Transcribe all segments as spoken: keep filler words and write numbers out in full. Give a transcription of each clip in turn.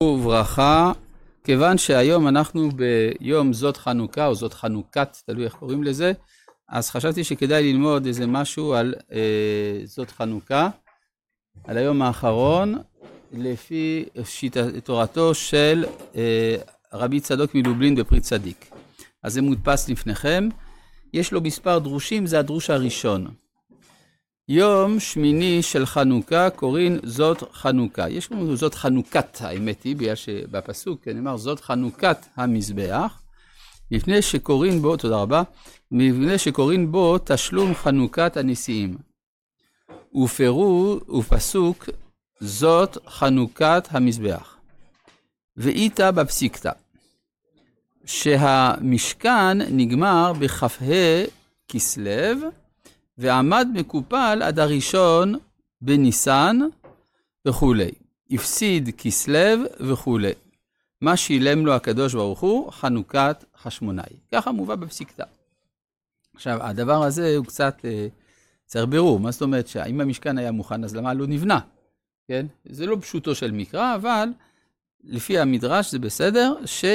וברכה, כיוון שהיום אנחנו ביום זאת חנוכה, או זאת חנוכת, תלוי איך קוראים לזה, אז חשבתי שכדאי ללמוד איזה משהו על אה, זאת חנוכה, על היום האחרון, לפי שיטת, תורתו של אה, רבי צדוק מלובלין בפרי צדיק. אז זה מודפס לפניכם, יש לו מספר דרושים, זה הדרוש הראשון. יום שמיני של חנוכה קוראים זאת חנוכה. יש לנו זאת חנוכת, האמת היא, בגלל שבפסוק נאמר זאת חנוכת המזבח, לפני שקוראים בו, תודה רבה, לפני שקוראים בו תשלום חנוכת הנשיאים. ופרו ופסוק זאת חנוכת המזבח. ואיתה בפסיקתא, שהמשכן נגמר בכ"ה כסלו, ועמד מקופל עד הראשון בניסן וכו'. הפסיד כסלו וכו'. מה שילם לו הקדוש ברוך הוא? חנוכת חשמונאי. ככה מובא בפסיקתא. עכשיו, הדבר הזה הוא קצת אה, צריך בירור. מה זאת אומרת שאם המשכן היה מוכן, אז למה לא נבנה? כן? זה לא פשוטו של מקרא, אבל לפי המדרש זה בסדר,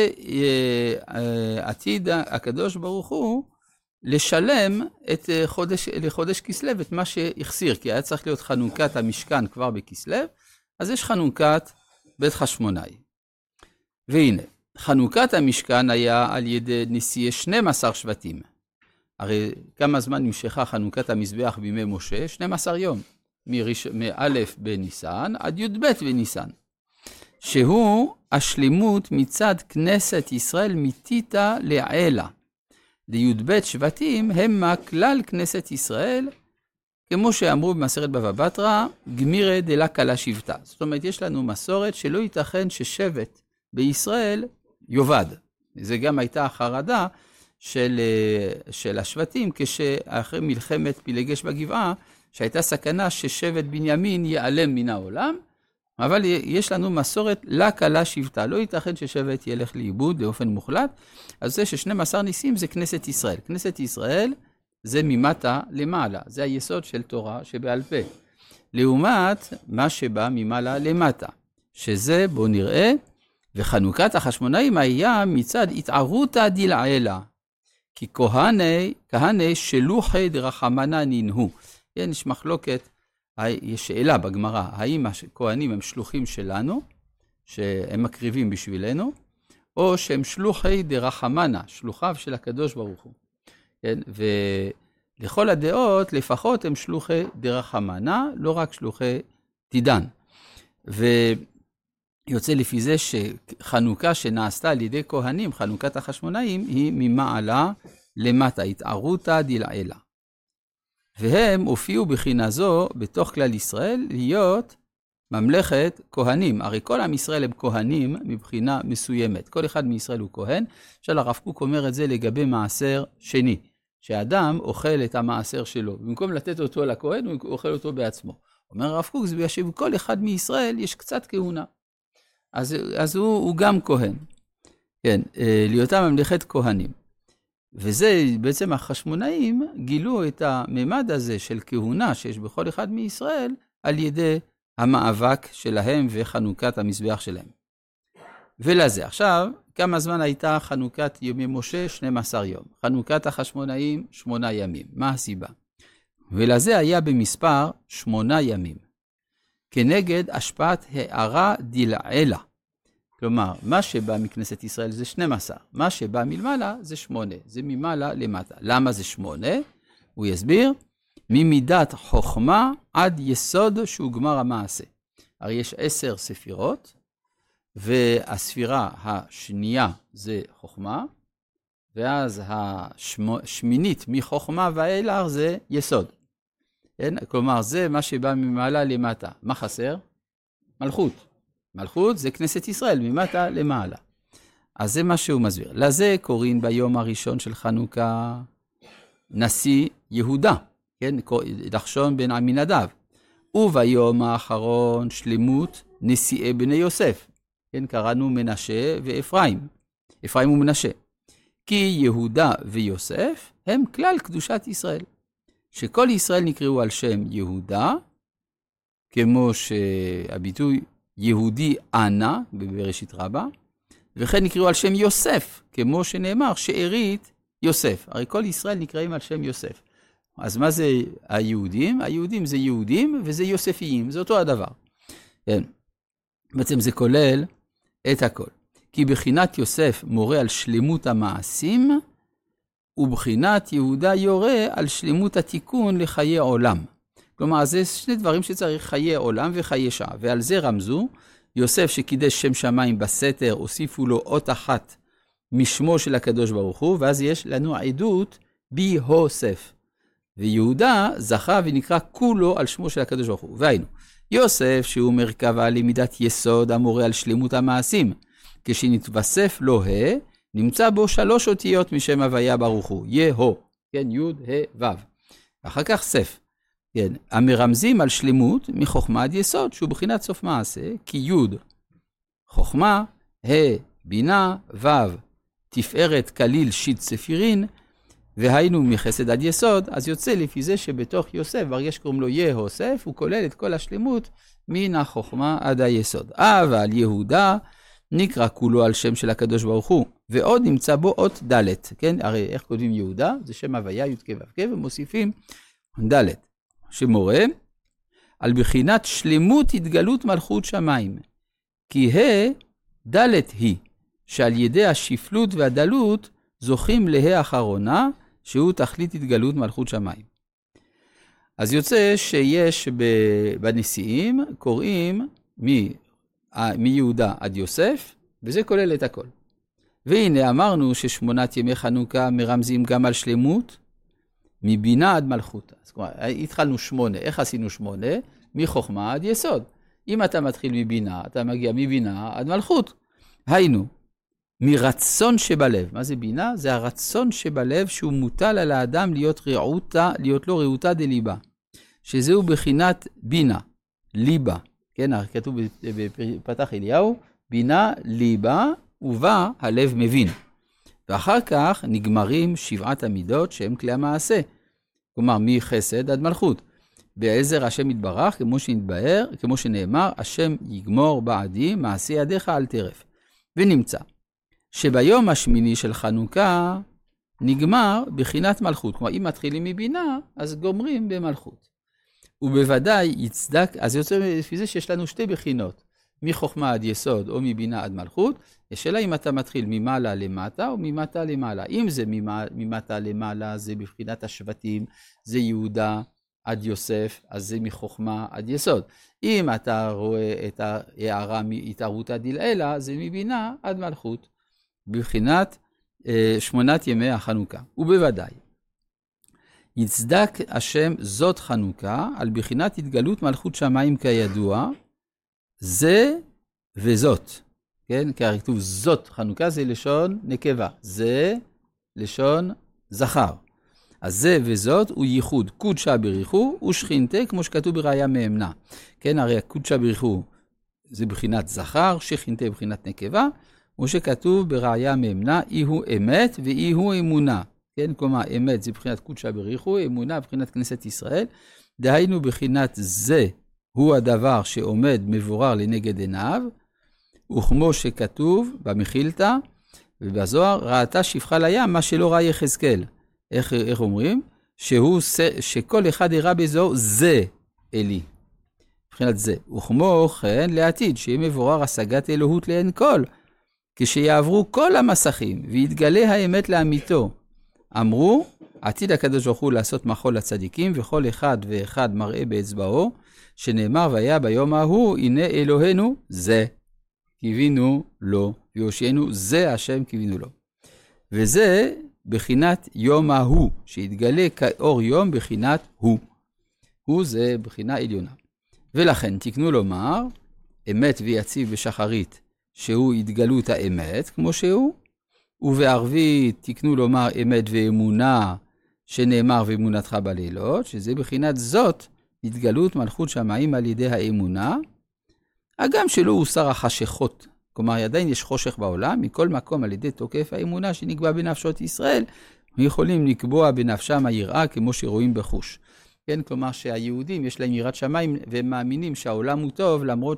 שעתיד הקדוש ברוך הוא לשלם את חודש, לחודש כסלו, את מה שהחסיר, כי היה צריך להיות חנוכת המשכן כבר בכסלו, אז יש חנוכת בית חשמונאי. והנה, חנוכת המשכן היה על ידי נשיאי שנים עשר שבטים. הרי כמה זמן נמשכה חנוכת המזבח בימי משה? שנים עשר יום, מראש, מאלף בניסן עד י"ב בניסן. שהוא השלימות מצד כנסת ישראל מתיתה לעילה. לי"ב שבטים הם כלל כנסת ישראל, כמו שאמרו במסכת בבא בתרא, גמירא דלה קלה שבטה. זאת אומרת, יש לנו מסורת שלא ייתכן ששבט בישראל יובד. זה גם הייתה החרדה של, של השבטים, כשאחרי מלחמת פילגש בגבעה, שהייתה סכנה ששבט בנימין ייעלם מן העולם, אבל יש לנו מסורת לה קלה שבטה. לא ייתכן ששבט ילך לאיבוד באופן מוחלט. אז זה ששנים עשר ניסים זה כנסת ישראל. כנסת ישראל זה ממטה למעלה. זה היסוד של תורה שבעל פה. לעומת מה שבא ממעלה למטה. שזה, בוא נראה, וחנוכת החשמונאים היה מצד התערותא דלעילא. כי כהני, כהני שלוחי דרחמנא נינהו. יש מחלוקת. יש שאלה בגמרא, האם הכהנים הם שלוחים שלנו, שהם מקריבים בשבילנו, או שהם שלוחי דרחמנא, שלוחיו של הקדוש ברוך הוא. כן? ולכל הדעות, לפחות הם שלוחי דרחמנא, לא רק שלוחי תידן. ויוצא לפי זה שחנוכה שנעשתה על ידי כהנים, חנוכת החשמונאים, היא ממעלה למטה, התערותא דלעילא. והם הופיעו בחינה זו בתוך כלל ישראל להיות ממלכת כהנים. הרי כל עם ישראל הם כהנים מבחינה מסוימת. כל אחד מישראל הוא כהן. של הרב קוק אומר את זה לגבי מעשר שני. שאדם אוכל את המעשר שלו. במקום לתת אותו לכהן, הוא אוכל אותו בעצמו. אומר הרב קוק, זה בגלל שבכל אחד מישראל יש קצת כהונה. אז, אז הוא, הוא גם כהן. כן, להיותם ממלכת כהנים. וזה בעצם החשמונאים גילו את הממד הזה של כהונה שיש בכל אחד מישראל על ידי המאבק שלהם וחנוכת המזבח שלהם. ולזה, עכשיו, כמה זמן הייתה חנוכת ימי משה? שנים עשר יום. חנוכת החשמונאים, שמונה ימים. מה הסיבה? ולזה היה במספר שמונה ימים. כנגד השפעת הערה דלעילא. כלומר, מה שבא מכנסת ישראל זה שנים עשר, מה שבא מלמעלה זה שמונה, זה ממעלה למטה. למה זה שמונה? הוא יסביר, ממידת חוכמה עד יסוד שהוא גמר המעשה. הרי יש עשר ספירות, והספירה השנייה זה חוכמה, ואז השמינית מחוכמה ואילך זה יסוד. כן? כלומר, זה מה שבא ממעלה למטה. מה חסר? מלכות. מלכות זה כנסת ישראל, ממטה למעלה. אז זה מה שהוא מסביר. לזה קוראים ביום הראשון של חנוכה נשיא יהודה, כן? נחשון בן עמינדב. וביום האחרון שלמות נשיאי בני יוסף. כן, קראנו מנשה ואפרים. אפרים ומנשה. כי יהודה ויוסף הם כלל קדושת ישראל. שכל ישראל נקראו על שם יהודה, כמו שהביטוי יהודי אנה, בבראשית רבה, וכן נקראו על שם יוסף, כמו שנאמר, שארית יוסף. הרי כל ישראל נקראים על שם יוסף. אז מה זה היהודים? היהודים זה יהודים וזה יוספיים, זה אותו הדבר. כן. בעצם זה כולל את הכל. כי בחינת יוסף מורה על שלמות המעשים, ובחינת יהודה יורה על שלמות התיקון לחיי עולם. כלומר, זה שני דברים שצריך חיי עולם וחיי שעה, ועל זה רמזו, יוסף שקידש שם שמיים בסתר, הוסיפו לו אות אחת משמו של הקדוש ברוך הוא, ואז יש לנו עדות בי-הוסף. ויהודה זכה ונקרא כולו על שמו של הקדוש ברוך הוא. והיינו, יוסף שהוא מרכבה למידת יסוד המורה על שלמות המעשים, כשנתווסף לו ה, נמצא בו שלוש אותיות משם הוויה ברוך הוא, יהו, כן, י' ה' ו'. אחר כך סף, כן, המרמזים על שלמות מחוכמה עד יסוד, שהוא בחינת סוף מעשה, כי י' חוכמה, ה' בינה, ו' תפארת כליל שיט ספירין, והיינו מחסד עד יסוד, אז יוצא לפי זה שבתוך יוסף, ברגע שקוראים לו יהוסף, הוא כולל את כל השלמות מן החוכמה עד היסוד. אבל יהודה נקרא כולו על שם של הקדוש ברוך הוא, ועוד נמצא בו אות ד', כן? הרי איך כותבים יהודה? זה שם הוויה, י' כ' ו' כ', ומוסיפים ד', שמורה על בחינת שלמות התגלות מלכות שמיים. כי ה ד' היא, שעל ידי השפלות והדלות זוכים לה אחרונה, שהוא תכלית התגלות מלכות שמיים. אז יוצא שיש בנשיאים, קוראים מ... מיהודה עד יוסף, וזה כולל את הכל. והנה אמרנו ששמונת ימי חנוכה מרמזים גם על שלמות, מבינה עד מלכות. אז כלומר, התחלנו שמונה, איך עשינו שמונה? מחוכמה עד יסוד. אם אתה מתחיל מבינה, אתה מגיע מבינה עד מלכות. היינו, מרצון שבלב. מה זה בינה? זה הרצון שבלב שהוא מוטל על האדם להיות רעותה, להיות לו רעותה דליבה. שזהו בחינת בינה, ליבה. כן, כתוב בפתח אליהו, בינה ליבה ובה הלב מבין. ואחר כך נגמרים שבעת המידות שהם כלי המעשה. כלומר, מחסד עד מלכות. בעזר השם יתברך, כמו שנתבהר, כמו שנאמר, השם יגמור בעדי מעשי ידיך אל טרף. ונמצא שביום השמיני של חנוכה נגמר בחינת מלכות. כלומר, אם מתחילים מבינה, אז גומרים במלכות. ובוודאי יצדק, אז יוצא לפי זה שיש לנו שתי בחינות, מחוכמה עד יסוד או מבינה עד מלכות. השאלה אם אתה מתחיל ממעלה למטה או ממטה למעלה. אם זה ממטה למעלה, זה בבחינת השבטים, זה יהודה עד יוסף, אז זה מחוכמה עד יסוד. אם אתה רואה את ההערה מהתערותא דלעילא, זה מבינה עד מלכות, בבחינת אה, שמונת ימי החנוכה. ובוודאי, יצדק השם זאת חנוכה, על בחינת התגלות מלכות שמיים כידוע, זה וזאת. כן? כי הרי כתוב זאת חנוכה זה לשון נקבה, זה לשון זכר. אז זה וזאת הוא ייחוד קודשה בריחו ושכינתה, כמו שכתוב בראיה מאמנה. כן, הרי הקודשה בריחו זה בחינת זכר, שכינתה בחינת נקבה, כמו שכתוב בראיה מאמנה, אי הוא אמת ואי הוא אמונה. כן, כלומר, אמת זה בחינת קודשה בריחו, אמונה בחינת כנסת ישראל. דהיינו בחינת זה הוא הדבר שעומד מבורר לנגד עיניו, וכמו שכתוב במחילתא ובזוהר, ראתה שפחה לים מה שלא ראה יחזקאל. איך, איך אומרים? שהוא, שכל אחד הראה בזו זה אלי. מבחינת זה. וכמו כן לעתיד, שיהיה מבורר השגת אלוהות לאין כל, כשיעברו כל המסכים ויתגלה האמת לאמיתו. אמרו, עתיד הקדוש ברוך הוא לעשות מחול לצדיקים, וכל אחד ואחד מראה באצבעו, שנאמר והיה ביום ההוא, הנה אלוהינו זה. קיווינו לו, ויושענו זה השם קיווינו לו. וזה בחינת יום ההוא, שהתגלה כאור יום בחינת הוא. הוא זה בחינה עליונה. ולכן תקנו לומר, אמת ויציב בשחרית, שהוא התגלות האמת, כמו שהוא, ובערבית תקנו לומר אמת ואמונה, שנאמר ואמונתך בלילות, שזה בחינת זאת, התגלות מלכות שמיים על ידי האמונה, הגם שלא הוסר החשכות, כלומר עדיין יש חושך בעולם, מכל מקום על ידי תוקף האמונה שנקבע בנפשות ישראל, יכולים לקבוע בנפשם היראה כמו שרואים בחוש. כן, כלומר שהיהודים יש להם יראת שמיים, והם מאמינים שהעולם הוא טוב, למרות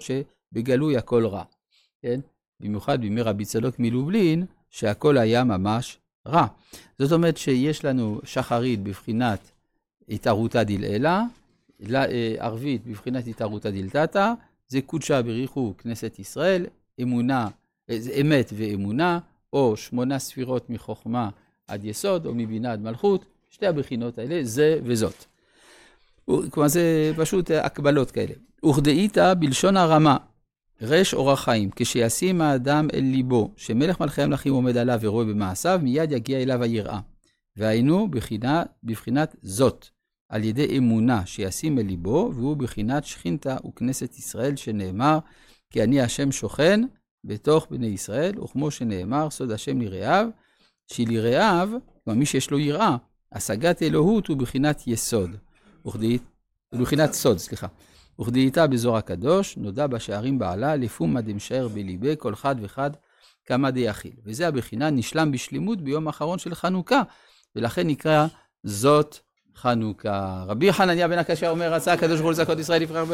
בגלוי הכל רע. כן? במיוחד בימי רבי צדוק מלובלין, שהכל היה ממש רע. זאת אומרת שיש לנו שחרית בבחינת התערותא דלעילא, ערבית בבחינת התערותא דלתתא, זה קודשא בריחו כנסת ישראל, אמונה, אמת ואמונה, או שמונה ספירות מחוכמה עד יסוד, או מבינה עד מלכות, שתי הבחינות האלה, זה וזאת. כלומר, זה פשוט הקבלות כאלה. וכדאיתא בלשון הרמה, רש אורח חיים, כשישים האדם אל ליבו, שמלך מלכי המלכים עומד עליו ורואה במעשיו, מיד יגיע אליו היראה. והיינו בחינה, בבחינת זאת, על ידי אמונה שישים אל ליבו, והוא בחינת שכינתא וכנסת ישראל, שנאמר, כי אני השם שוכן בתוך בני ישראל, וכמו שנאמר, סוד השם ליראיו, שליראיו, כלומר מי שיש לו יראה, השגת אלוהות הוא בחינת יסוד, וכדאית, בחינת סוד, סליחה. וכדאיתה בזוהר הקדוש, נודע בשערים בעלה, לפומא דמשער בליבי, כל חד וחד כמה דיחיל. וזה הבחינה נשלם בשלימות ביום האחרון של חנוכה, ולכן נקרא זאת חנוכה. רבי חנניה בן עקשיא אומר, רצה הקדוש ברוך הוא לזכות ישראל לבחר